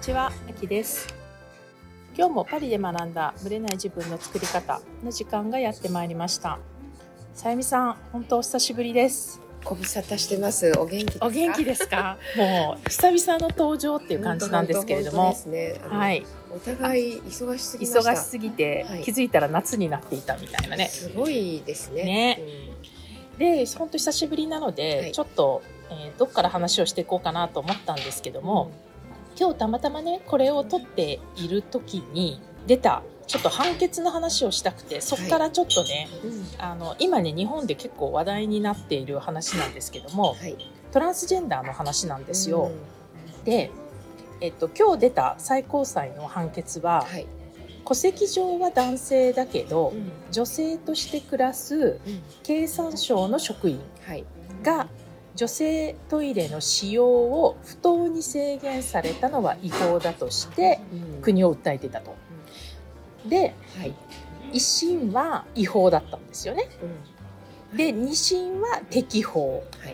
ちは、あきです。今日もパリで学んだブレない自分の作り方の時間がやってまいりました。さゆみさん、本当お久しぶりです。 ご無沙汰してます。お元気ですか？ お元気ですか？もう久々の登場っていう感じなんですけれども、 本当ですね。 はい、 お互い忙しすぎました。 忙しすぎて、 はい、 気づいたら夏になっていたみたいなね。 すごいですね。 で、本当久しぶりなので、 はい、 ちょっと、どっから話をしていこうかなと思ったんですけども、今日たまたまねこれを撮っている時に出たちょっと判決の話をしたくて、そこからちょっとね、今ね日本で結構話題になっている話なんですけども、はい、トランスジェンダーの話なんですよ。で、今日出た最高裁の判決は、はい、戸籍上は男性だけど、女性として暮らす経産省の職員が女性トイレの使用を不当に制限されたのは違法だとして国を訴えていたと。で、はい、1審は違法だったんですよね。で、2審は適法、はい、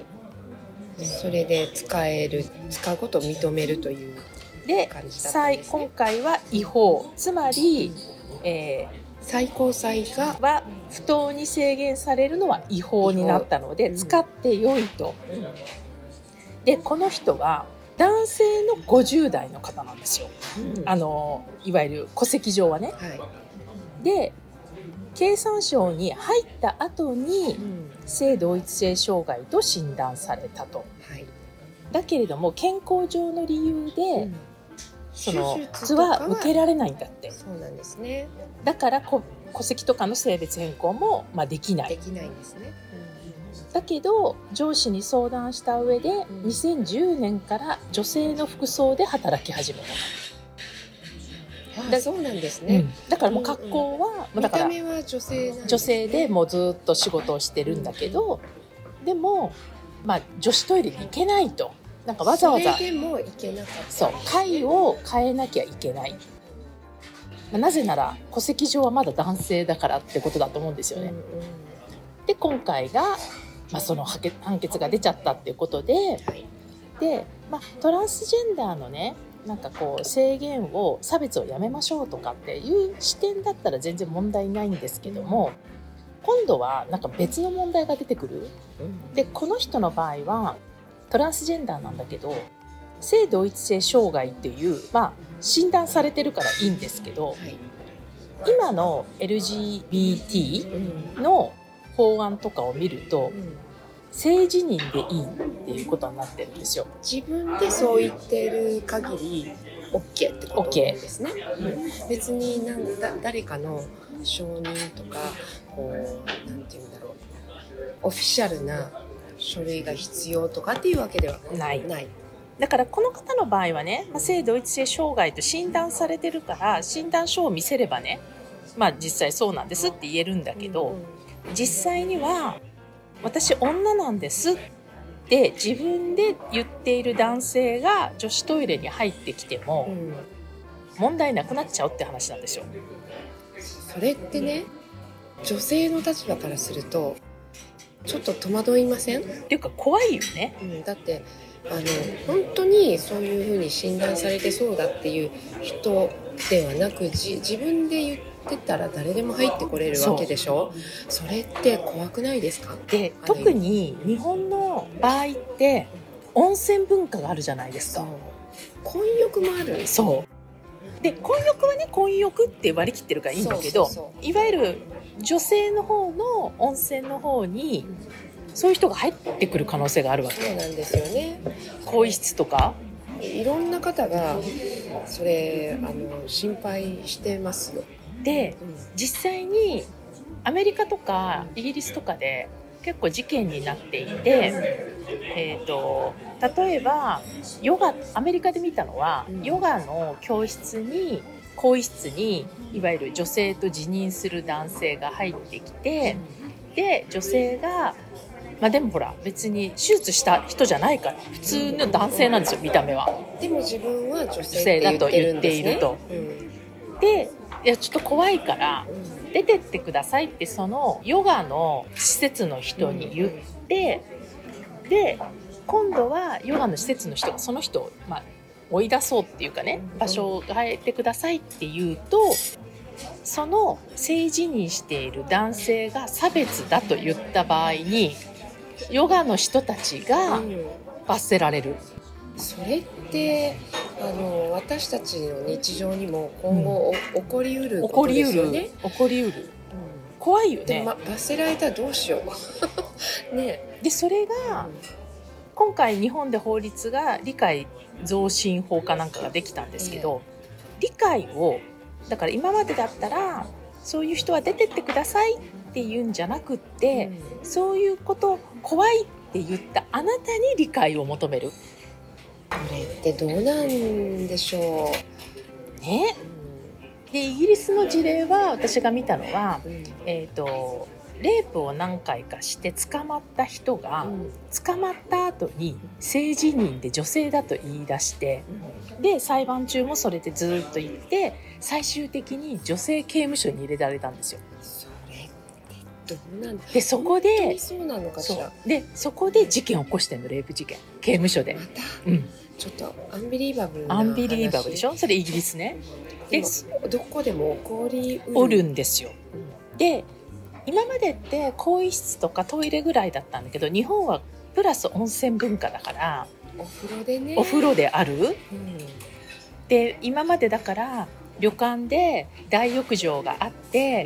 それで使うことを認めるという感じだったんですね。 今回は違法、つまり、 最高裁は不当に制限されるのは違法になったので、使ってよいと。で、この人は男性の50代の方なんですよ。いわゆる戸籍上はね。はい、で、経産省に入った後に性同一性障害と診断されたと。はい、だけれども健康上の理由で、その普通は受けられないんだって。 そうなんですね。 だから戸籍とかの性別変更も、できない。 できないんですね。 だけど上司に相談した上で、2010年から女性の服装で働き始めた。 そうなんですね。 だからもう格好は、だから見た目は女性なんですね。 女性でもうずっと仕事をしてるんだけど、でも、女子トイレに行けないと。なんかわざわざそれでも行けなかった。 そう、階を変えなきゃいけない。なぜなら戸籍上はまだ男性だからってことだと思うんですよね。で、今回が、その判決が出ちゃったっていうことで、で、トランスジェンダーのね、なんかこう制限を差別をやめましょうとかっていう視点だったら全然問題ないんですけども、今度はなんか別の問題が出てくる。で、この人の場合はトランスジェンダーなんだけど、性同一性障害っていう、診断されてるからいいんですけど、今の LGBT の法案とかを見ると、性自認でいいっていうことになってるんですよ。 自分でそう言ってる限り OK ってことですね。別に誰かの承認とかなんていうんだろう、オフィシャルな書類が必要とかっていうわけではない。 だからこの方の場合はね、性同一性障害と診断されてるから診断書を見せればね、実際そうなんですって言えるんだけど、実際には私女なんですって自分で言っている男性が女子トイレに入ってきても問題なくなっちゃうって話なんですよ。 それってね、女性の立場からするとちょっと戸惑いません？ っていうか怖いよね。 だって本当にそういうふうに診断されてそうだっていう人ではなく、自分で言ってたら誰でも入ってこれるわけでしょ。それって怖くないですか？ で、特に日本の場合って温泉文化があるじゃないですか。 混浴もある。 そうで、混浴はね、混浴って割り切ってるからいいんだけど、いわゆる女性の方の温泉の方にそういう人が入ってくる可能性があるわけ。 そうなんですよね。 更衣室とかいろんな方がそれ心配してますよ。 で、実際にアメリカとかイギリスとかで結構事件になっていて、例えばアメリカで見たのは、ヨガの更衣室にいわゆる女性と自認する男性が入ってきて、で女性がでもほら別に手術した人じゃないから普通の男性なんですよ、見た目は。 でも自分は女性だと言っていると。 で、いやちょっと怖いから出てってくださいってそのヨガの施設の人に言って、で今度はヨガの施設の人がその人を、 追い出そうっていうかね、場所を変えてくださいって言うと、その性自認している男性が差別だと言った場合にヨガの人たちが罰せられる。 それって私たちの日常にも今後、起こりうることですよね。 起こりうる、怖いよね。 で、罰せられたらどうしようね。 でそれが、今回日本で法律が理解増進法かなんかができたんですけど、理解をだから今までだったらそういう人は出てってくださいって言うんじゃなくって、そういうこと怖いって言ったあなたに理解を求める。 これってどうなんでしょうね。でイギリスの事例は私が見たのは、レイプを何回かして捕まった人が、捕まった後に性自認で女性だと言い出して、で裁判中もそれでずっと言って最終的に女性刑務所に入れられたんですよ。 それってどうなんだ。 でそこで本当にそうなのかしら。 そこで事件を起こしてんの、レイプ事件、刑務所で。 また、ちょっとアンビリーバブルな話。 アンビリーバブルでしょ。それイギリスね。 でどこでも起こりおるんですよ。で今までって更衣室とかトイレぐらいだったんだけど、日本はプラス温泉文化だからお風呂でね、 お風呂である、で今までだから旅館で大浴場があって、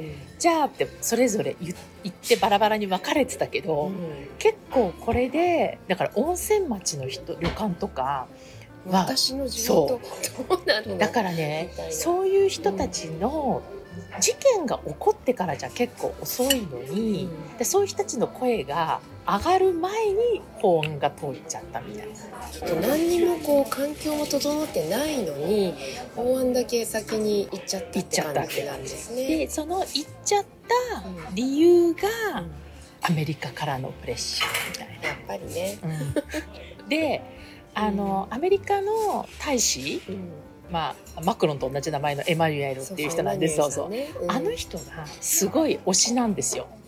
じゃあってそれぞれ言ってバラバラに分かれてたけど、結構これでだから温泉町の人、旅館とかは私の地元どうなるのだからね、そういう人たちの事件が起こってからじゃ結構遅いのに、でそういう人たちの声が上がる前に法案が通っちゃったみたいな。 何にもこう環境も整ってないのに法案だけ先に行っちゃったって感じなんですね。 でその行っちゃった理由が、アメリカからのプレッシャーみたいな。 やっぱりね、 でアメリカの大使、マクロンと同じ名前のエマニュエルっていう人なんです。あの人がすごい推しなんですよ、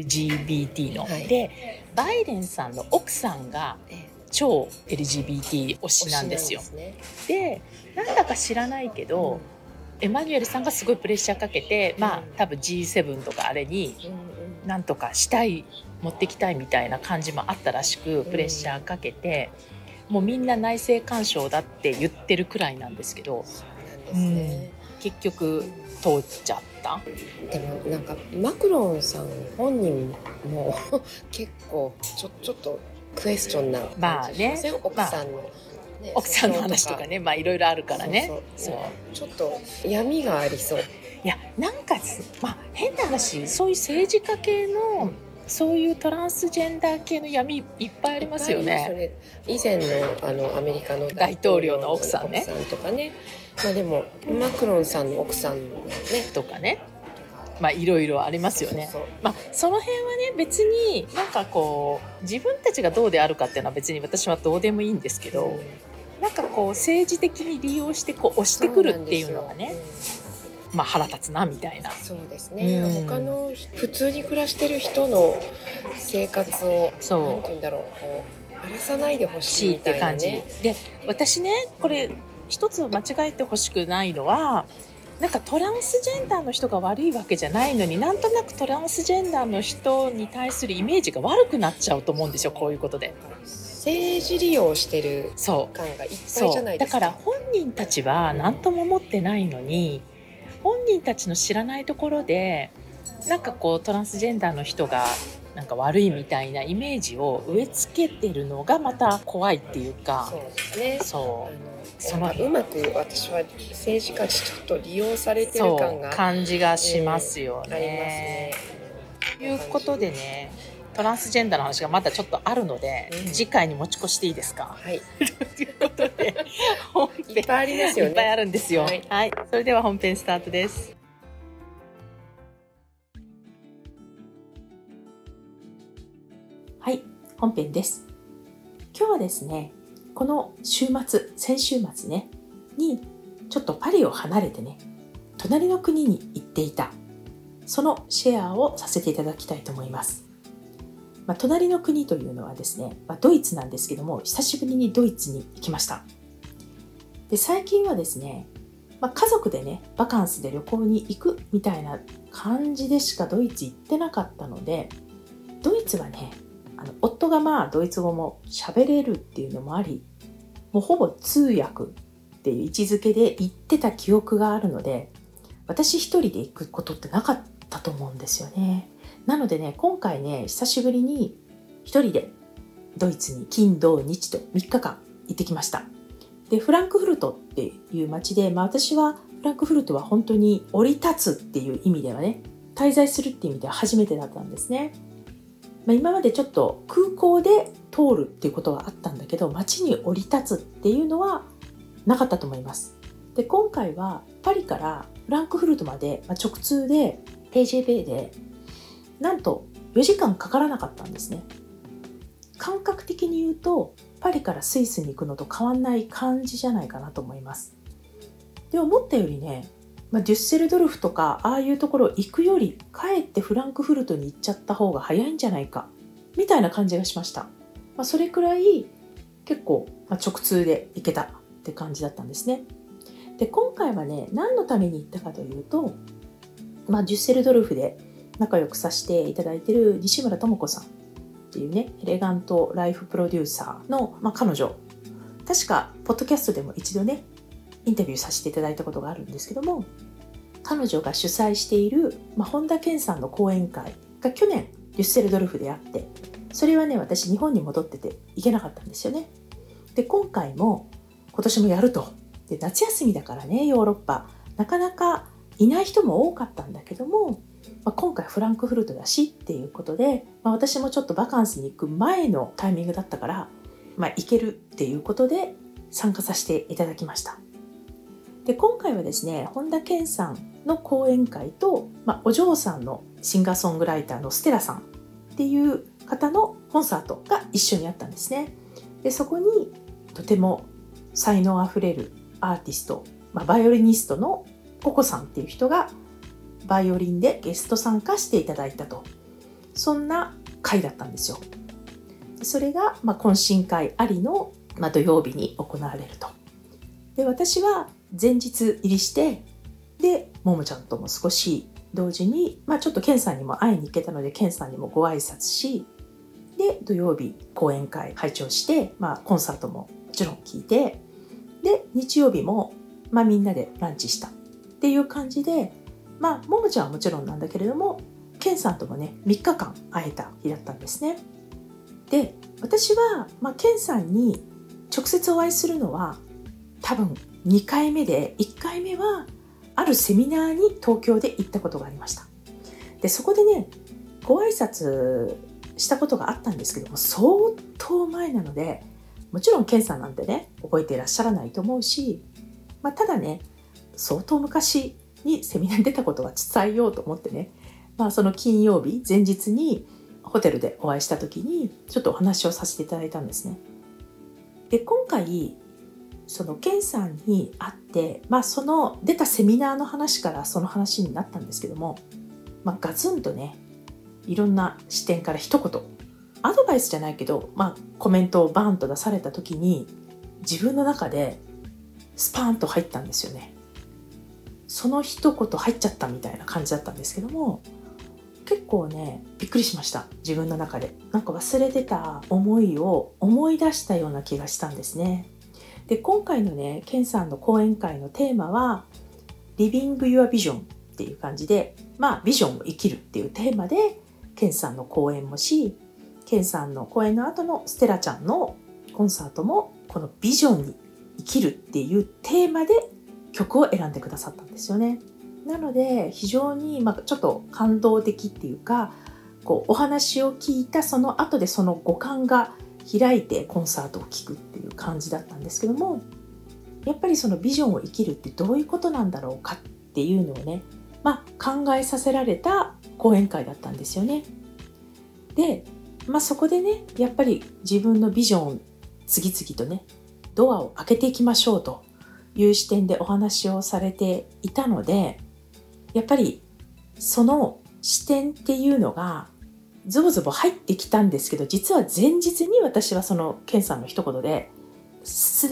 LGBT の、でバイデンさんの奥さんが超 LGBT 推しなんですよ。でなんだか知らないけど、エマニュエルさんがすごいプレッシャーかけて、多分 G7 とかあれになんとかしたい、持ってきたいみたいな感じもあったらしく、プレッシャーかけて、もうみんな内政干渉だって言ってるくらいなんですけど、結局通っちゃった。 でもなんかマクロンさん本人も結構ちょっとクエスチョンな感じですね、奥さんの話とかね、いろいろあるからね。 ちょっと闇がありそう。 いやなんか変な話、そういう政治家系のそういうトランスジェンダー系の闇いっぱいありますよね。 以前のアメリカの大統領の奥さんね、 とかね、でもマクロンさんの奥さんねとかね、いろいろありますよね。その辺はね、別になんかこう自分たちがどうであるかっていうのは別に私はどうでもいいんですけど、なんかこう政治的に利用してこう押してくるっていうのがね、腹立つなみたいな。 そうですね、他の普通に暮らしてる人の生活をなんていうんだろう、こう荒らさないでほしいみたいなね。 で私ね、これ一つ間違えてほしくないのは、なんかトランスジェンダーの人が悪いわけじゃないのに、なんとなくトランスジェンダーの人に対するイメージが悪くなっちゃうと思うんですよ、こういうことで。 政治利用してる感がいっぱいじゃないですか。 だから本人たちは何とも思ってないのに、本人たちの知らないところでなんかこうトランスジェンダーの人がなんか悪いみたいなイメージを植え付けてるのがまた怖いっていうか。 そうですね。 そのうまく私は政治家にちょっと利用されてる感じがしますよね。ということでね、トランスジェンダーの話がまだちょっとあるので、次回に持ち越していいですか？ はい。 ということで本編いっぱいありますよね。 いっぱいあるんですよ。はい。それでは本編スタートです。はい、本編です。今日はですね、この先週末ねにちょっとパリを離れてね、隣の国に行っていた、そのシェアをさせていただきたいと思います。隣の国というのはですね、ドイツなんですけども、久しぶりにドイツに行きました。 で、最近はですね、家族でね、バカンスで旅行に行くみたいな感じでしかドイツ行ってなかったので、ドイツはね、夫がドイツ語も喋れるっていうのもあり、もうほぼ通訳っていう位置づけで行ってた記憶があるので、私一人で行くことってなかったと思うんですよね。なのでね、今回ね、久しぶりに一人でドイツに金土日と3日間行ってきました。で、フランクフルトっていう街で、私はフランクフルトは本当に降り立つっていう意味ではね、滞在するっていう意味では初めてだったんですね。今までちょっと空港で通るっていうことはあったんだけど、街に降り立つっていうのはなかったと思います。で、今回はパリからフランクフルトまで、直通で TGV でなんと4時間かからなかったんですね。感覚的に言うとパリからスイスに行くのと変わんない感じじゃないかなと思います。で、思ったよりね、デュッセルドルフとかああいうところ行くよりかえってフランクフルトに行っちゃった方が早いんじゃないかみたいな感じがしました。それくらい結構直通で行けたって感じだったんですね。で、今回はね、何のために行ったかというと、デュッセルドルフで仲良くさせていただいている西村智子さんっていうね、エレガントライフプロデューサーの、彼女、確かポッドキャストでも一度ねインタビューさせていただいたことがあるんですけども、彼女が主催している、本田健さんの講演会が去年デュッセルドルフであって、それはね、私日本に戻ってて行けなかったんですよね。で、今回も今年もやると。で、夏休みだからね、ヨーロッパなかなかいない人も多かったんだけども、今回フランクフルトだしっていうことで、私もちょっとバカンスに行く前のタイミングだったから、行けるっていうことで参加させていただきました。で、今回はですね、本田健さんの講演会と、お嬢さんのシンガーソングライターのステラさんっていう方のコンサートが一緒にあったんですね。で、そこにとても才能あふれるアーティスト、バイオリニストのココさんっていう人がバイオリンでゲスト参加していただいたと、そんな会だったんですよ。それが、懇親会ありの、土曜日に行われると。で、私は前日入りして、で、ももちゃんとも少し同時に、ちょっとケンさんにも会いに行けたので、ケンさんにもご挨拶し、で、土曜日講演会拝聴して、コンサートももちろん聞いて、で、日曜日も、みんなでランチしたっていう感じで、ももちゃんはもちろんなんだけれども、ケンさんともね、3日間会えた日だったんですね。で、私は、ケンさんに直接お会いするのは多分2回目で、1回目はあるセミナーに東京で行ったことがありました。で、そこでね、ご挨拶したことがあったんですけども、相当前なので、もちろんケンさんなんてね、覚えていらっしゃらないと思うし、ただね、相当昔にセミナーに出たことは伝えようと思ってね、その金曜日前日にホテルでお会いした時にちょっとお話をさせていただいたんですね。で、今回そのケンさんに会って、その出たセミナーの話からその話になったんですけども、ガツンとね、いろんな視点から一言アドバイスじゃないけど、コメントをバーンと出された時に自分の中でスパーンと入ったんですよね。その一言入っちゃったみたいな感じだったんですけども、結構ね、びっくりしました。自分の中でなんか忘れてた思いを思い出したような気がしたんですね。で、今回のね、ケンさんの講演会のテーマは Living Your Vision っていう感じで、ビジョンを生きるっていうテーマでケンさんの講演もし、ケンさんの講演の後のステラちゃんのコンサートもこのビジョンに生きるっていうテーマで曲を選んでくださったんですよね。なので非常にちょっと感動的っていうか、お話を聞いたその後でその五感が開いてコンサートを聴くっていう感じだったんですけども、やっぱりそのビジョンを生きるってどういうことなんだろうかっていうのをね、考えさせられた講演会だったんですよね。で、そこでね、やっぱり自分のビジョンを次々とね、ドアを開けていきましょうという視点でお話をされていたので、やっぱりその視点っていうのがズボズボ入ってきたんですけど、実は前日に私はそのケンさんの一言ですでに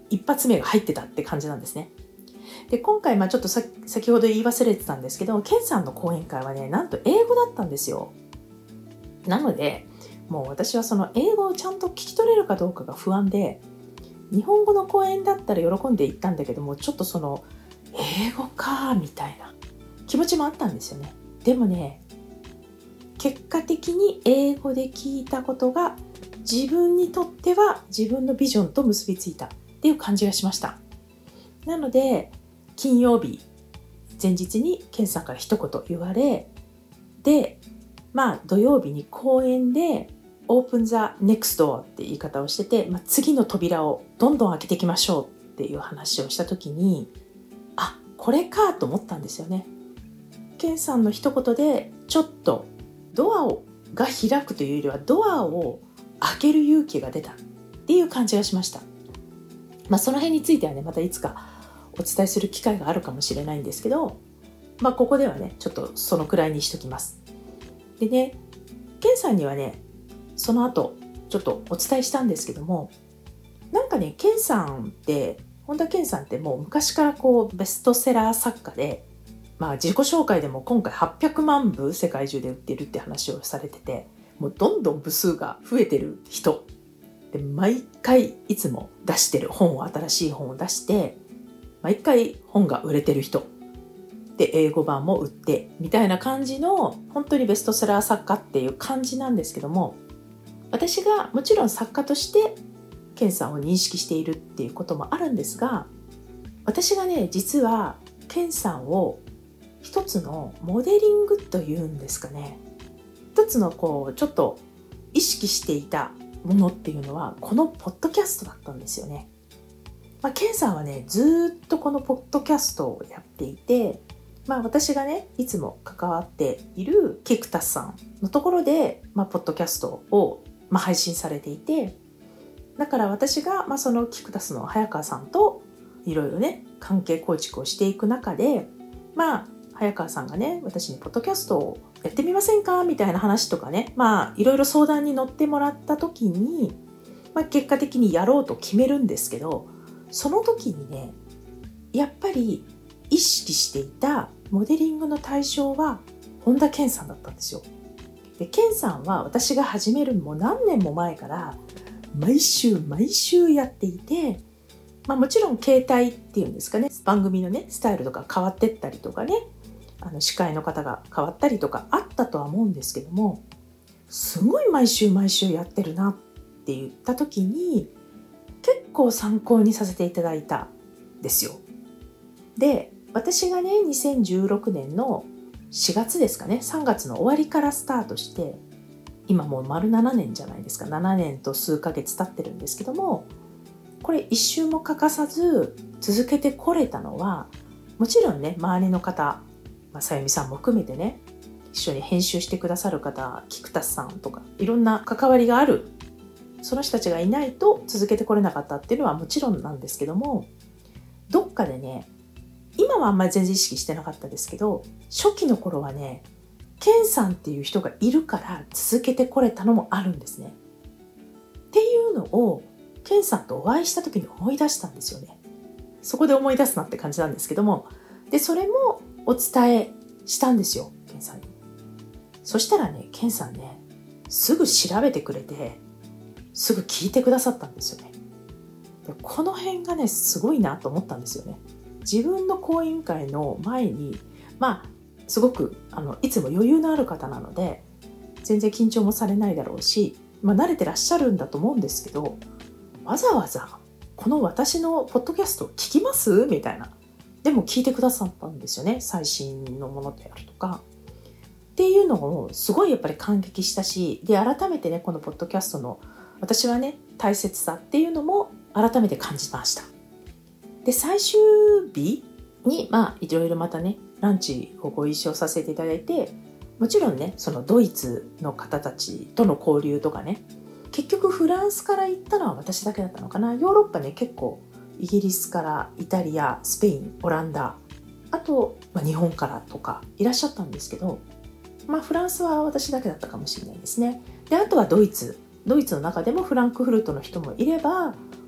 一発目が入ってたって感じなんですね。で、今回ちょっと先ほど言い忘れてたんですけど、ケンさんの講演会はね、なんと英語だったんですよ。なのでもう私はその英語をちゃんと聞き取れるかどうかが不安で、日本語の講演だったら喜んで行ったんだけども、ちょっとその英語かみたいな気持ちもあったんですよね。でもね、結果的に英語で聞いたことが自分にとっては自分のビジョンと結びついたっていう感じがしました。なので金曜日前日にケンさんから一言言われ、で土曜日に講演でオープンザネクストドアって言い方をしてて、次の扉をどんどん開けていきましょうっていう話をした時に、これかと思ったんですよね。ケンさんの一言でちょっとドアが開くというよりはドアを開ける勇気が出たっていう感じがしました。その辺についてはね、またいつかお伝えする機会があるかもしれないんですけど、ここではねちょっとそのくらいにしときます。でね、ケンさんにはねその後ちょっとお伝えしたんですけども、なんかね本田健さんってもう昔からベストセラー作家で、自己紹介でも今回800万部世界中で売ってるって話をされてて、もうどんどん部数が増えてる人で、毎回いつも出してる新しい本を出して毎回本が売れてる人で、英語版も売ってみたいな感じの本当にベストセラー作家っていう感じなんですけども、私がもちろん作家としてケンさんを認識しているっていうこともあるんですが、私がね実はケンさんを一つのモデリングというんですかね、一つのちょっと意識していたものっていうのはこのポッドキャストだったんですよね。ケンさんはねずっとこのポッドキャストをやっていて、私がねいつも関わっているキクタスさんのところで、ポッドキャストを、配信されていて、だから私が、そのキクタスの早川さんといろいろね関係構築をしていく中で、早川さんがね私にポッドキャストをやってみませんかみたいな話とかね、いろいろ相談に乗ってもらった時に、結果的にやろうと決めるんですけど、その時にねやっぱり意識していたモデリングの対象は本田健さんだったんですよ。で、健さんは私が始めるもう何年も前から毎週やっていて、もちろん携帯っていうんですかね、番組のねスタイルとか変わってったりとかね、司会の方が変わったりとかあったとは思うんですけども、すごい毎週やってるなって言った時に結構参考にさせていただいたんですよ。で、私がね2016年の4月ですかね、3月の終わりからスタートして、今もう丸7年じゃないですか。7年と数ヶ月経ってるんですけども、これ一週も欠かさず続けてこれたのは、もちろんね周りの方、さゆみさんも含めてね、一緒に編集してくださる方、キクタスさんとかいろんな関わりがある、その人たちがいないと続けてこれなかったっていうのはもちろんなんですけども、どっかでね、今はあんまり全然意識してなかったですけど、初期の頃はねケンさんっていう人がいるから続けてこれたのもあるんですね。っていうのをケンさんとお会いした時に思い出したんですよね。そこで思い出すなって感じなんですけども、でそれもお伝えしたんですよ、ケンさんに。そしたらね、ケンさんねすぐ調べてくれて、すぐ聞いてくださったんですよね。でこの辺がねすごいなと思ったんですよね。自分の講演会の前にすごくいつも余裕のある方なので全然緊張もされないだろうし、慣れてらっしゃるんだと思うんですけど、わざわざこの私のポッドキャスト聞きますみたいな、でも聞いてくださったんですよね。最新のものであるとかっていうのをすごいやっぱり感激したし、で改めてねこのポッドキャストの私はね大切さっていうのも改めて感じました。で最終日にいろいろまたねランチをご一緒させていただいて、もちろんねそのドイツの方たちとの交流とかね、結局フランスから行ったのは私だけだったのかな。ヨーロッパね結構イギリスからイタリア、スペイン、オランダ、あと、日本からとかいらっしゃったんですけど、フランスは私だけだったかもしれないですね。であとはドイツの中でもフランクフルトの人もいれば、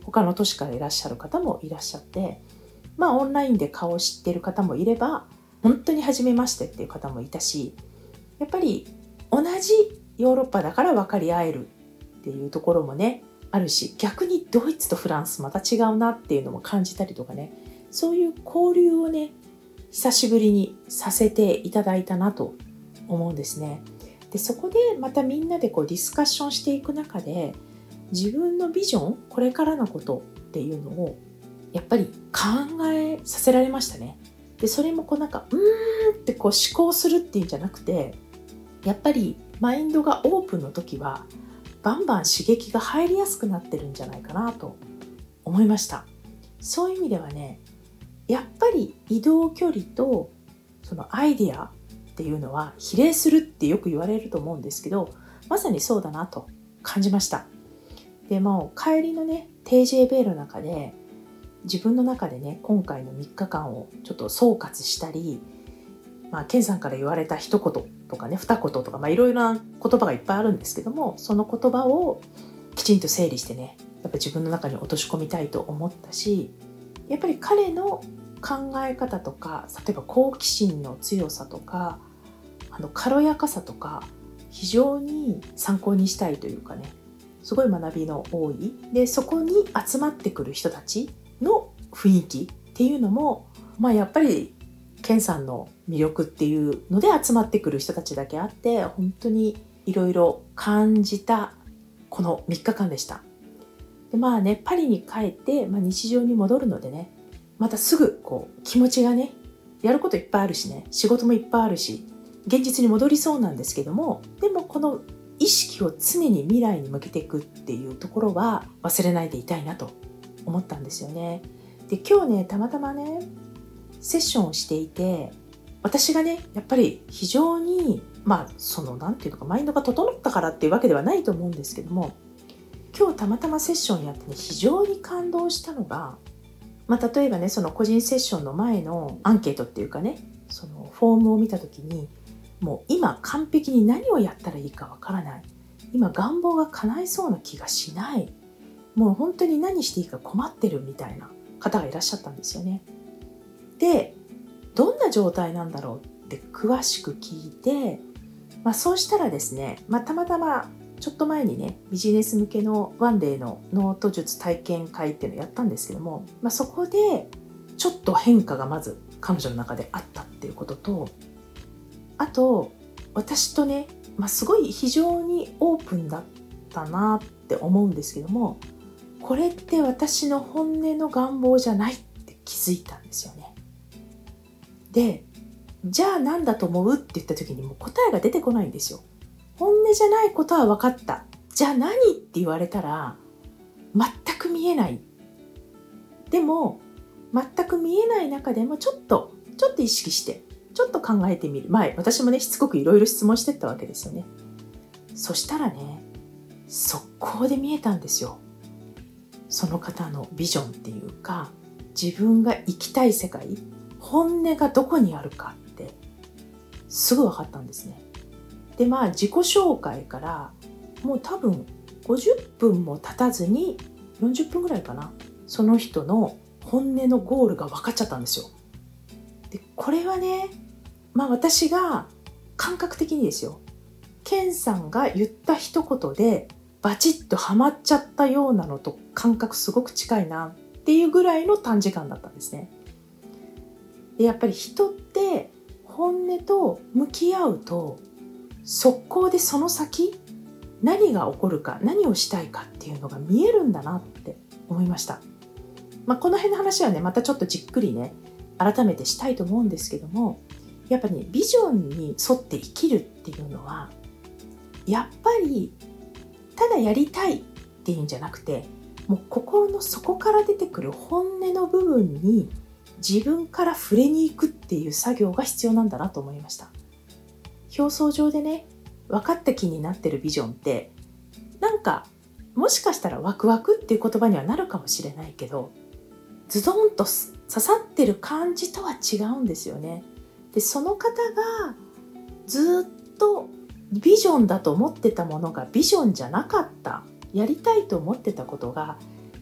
他の都市からいらっしゃる方もいらっしゃって、オンラインで顔を知っている方もいれば、本当に初めましてっていう方もいたし、やっぱり同じヨーロッパだから分かり合えるっていうところもねあるし、逆にドイツとフランスまた違うなっていうのも感じたりとかね、そういう交流をね久しぶりにさせていただいたなと思うんですね。でそこでまたみんなでディスカッションしていく中で、自分のビジョン、これからのことっていうのをやっぱり考えさせられましたね。でそれもって思考するっていうんじゃなくて、やっぱりマインドがオープンの時はバンバン刺激が入りやすくなってるんじゃないかなと思いました。そういう意味ではね、やっぱり移動距離とそのアイデアっていうのは比例するってよく言われると思うんですけど、まさにそうだなと感じました。でも帰りのね TJB の中で自分の中でね、今回の3日間をちょっと総括したり、ケンさんから言われた一言とかね、二言とか、いろいろな言葉がいっぱいあるんですけども、その言葉をきちんと整理してね、やっぱ自分の中に落とし込みたいと思ったし、やっぱり彼の考え方とか、例えば好奇心の強さとか、軽やかさとか、非常に参考にしたいというかね、すごい学びの多い。で、そこに集まってくる人たちの雰囲気っていうのも、やっぱりケンさんの魅力っていうので集まってくる人たちだけあって、本当にいろいろ感じたこの3日間でした。でパリに帰って、日常に戻るのでね、またすぐ気持ちがね、やることいっぱいあるしね、仕事もいっぱいあるし、現実に戻りそうなんですけども、でもこの意識を常に未来に向けていくっていうところは忘れないでいたいなと思ったんですよね。で今日ね、たまたまねセッションをしていて、私がねやっぱり非常になんていうのか、マインドが整ったからっていうわけではないと思うんですけども、今日たまたまセッションやってね、非常に感動したのが、例えばね、その個人セッションの前のアンケートっていうかね、そのフォームを見たときに、もう今完璧に何をやったらいいかわからない、今願望が叶いそうな気がしない、もう本当に何していいか困ってるみたいな方がいらっしゃったんですよね。で、どんな状態なんだろうって詳しく聞いて、そうしたらですね、たまたまちょっと前にね、ビジネス向けのワンデーのノート術体験会っていうのをやったんですけども、そこでちょっと変化がまず彼女の中であったっていうことと、あと私とね、すごい非常にオープンだったなって思うんですけども、これって私の本音の願望じゃないって気づいたんですよね。で、じゃあ何だと思うって言った時にも答えが出てこないんですよ。本音じゃないことは分かった。じゃあ何って言われたら全く見えない。でも全く見えない中でもちょっと意識してちょっと考えてみる。私もね、しつこくいろいろ質問してったわけですよね。そしたらね、速攻で見えたんですよ。その方のビジョンっていうか、自分が生きたい世界、本音がどこにあるかってすぐ分かったんですね。で自己紹介からもう多分50分も経たずに40分ぐらいかな、その人の本音のゴールが分かっちゃったんですよ。でこれはね、私が感覚的にですよ、ケンさんが言った一言でバチッとハマっちゃったようなのと感覚すごく近いなっていうぐらいの短時間だったんですね。でやっぱり人って本音と向き合うと速攻でその先何が起こるか、何をしたいかっていうのが見えるんだなって思いました。この辺の話はね、またちょっとじっくりね改めてしたいと思うんですけども、やっぱりね、ビジョンに沿って生きるっていうのはやっぱりただやりたいっていうんじゃなくて、もう心の底から出てくる本音の部分に自分から触れに行くっていう作業が必要なんだなと思いました。表層上でね、分かった気になってるビジョンってもしかしたらワクワクっていう言葉にはなるかもしれないけど、ズドンと刺さってる感じとは違うんですよね。でその方がずっとビジョンだと思ってたものがビジョンじゃなかった、やりたいと思ってたことが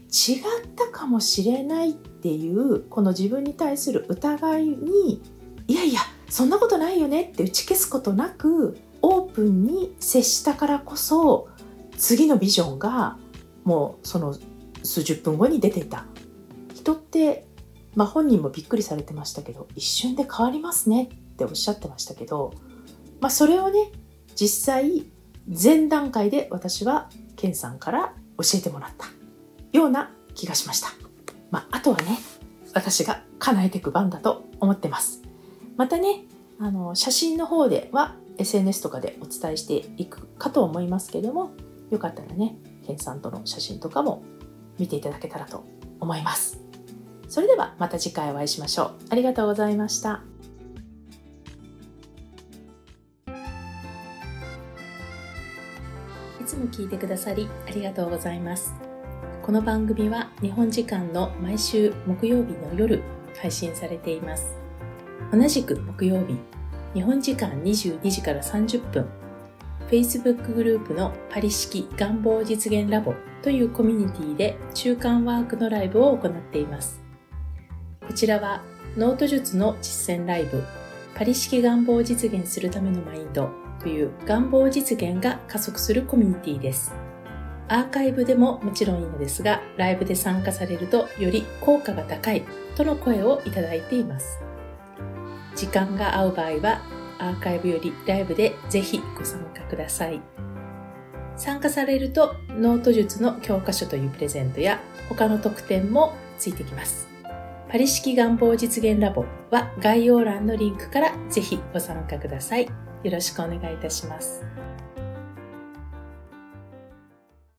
違ったかもしれないっていうこの自分に対する疑いに、いやいやそんなことないよねって打ち消すことなくオープンに接したからこそ、次のビジョンがもうその数十分後に出ていた。人って、本人もびっくりされてましたけど、一瞬で変わりますねっておっしゃってましたけど、それをね、実際前段階で私はケンさんから教えてもらったような気がしました。あとはね、私が叶えていく番だと思ってます。またね、写真の方では SNS とかでお伝えしていくかと思いますけども、よかったらね、ケンさんとの写真とかも見ていただけたらと思います。それではまた次回お会いしましょう。ありがとうございました。いつも聞いてくださりありがとうございます。この番組は日本時間の毎週木曜日の夜配信されています。同じく木曜日、日本時間22時から30分、Facebook グループのパリ式願望実現ラボというコミュニティで中間ワークのライブを行っています。こちらはノート術の実践ライブ、パリ式願望を実現するためのマインドという願望実現が加速するコミュニティです。アーカイブでももちろんいいのですが、ライブで参加されるとより効果が高いとの声をいただいています。時間が合う場合はアーカイブよりライブでぜひご参加ください。参加されるとノート術の教科書というプレゼントや他の特典もついてきます。パリ式願望実現ラボは概要欄のリンクからぜひご参加ください。よろしくお願いいたします。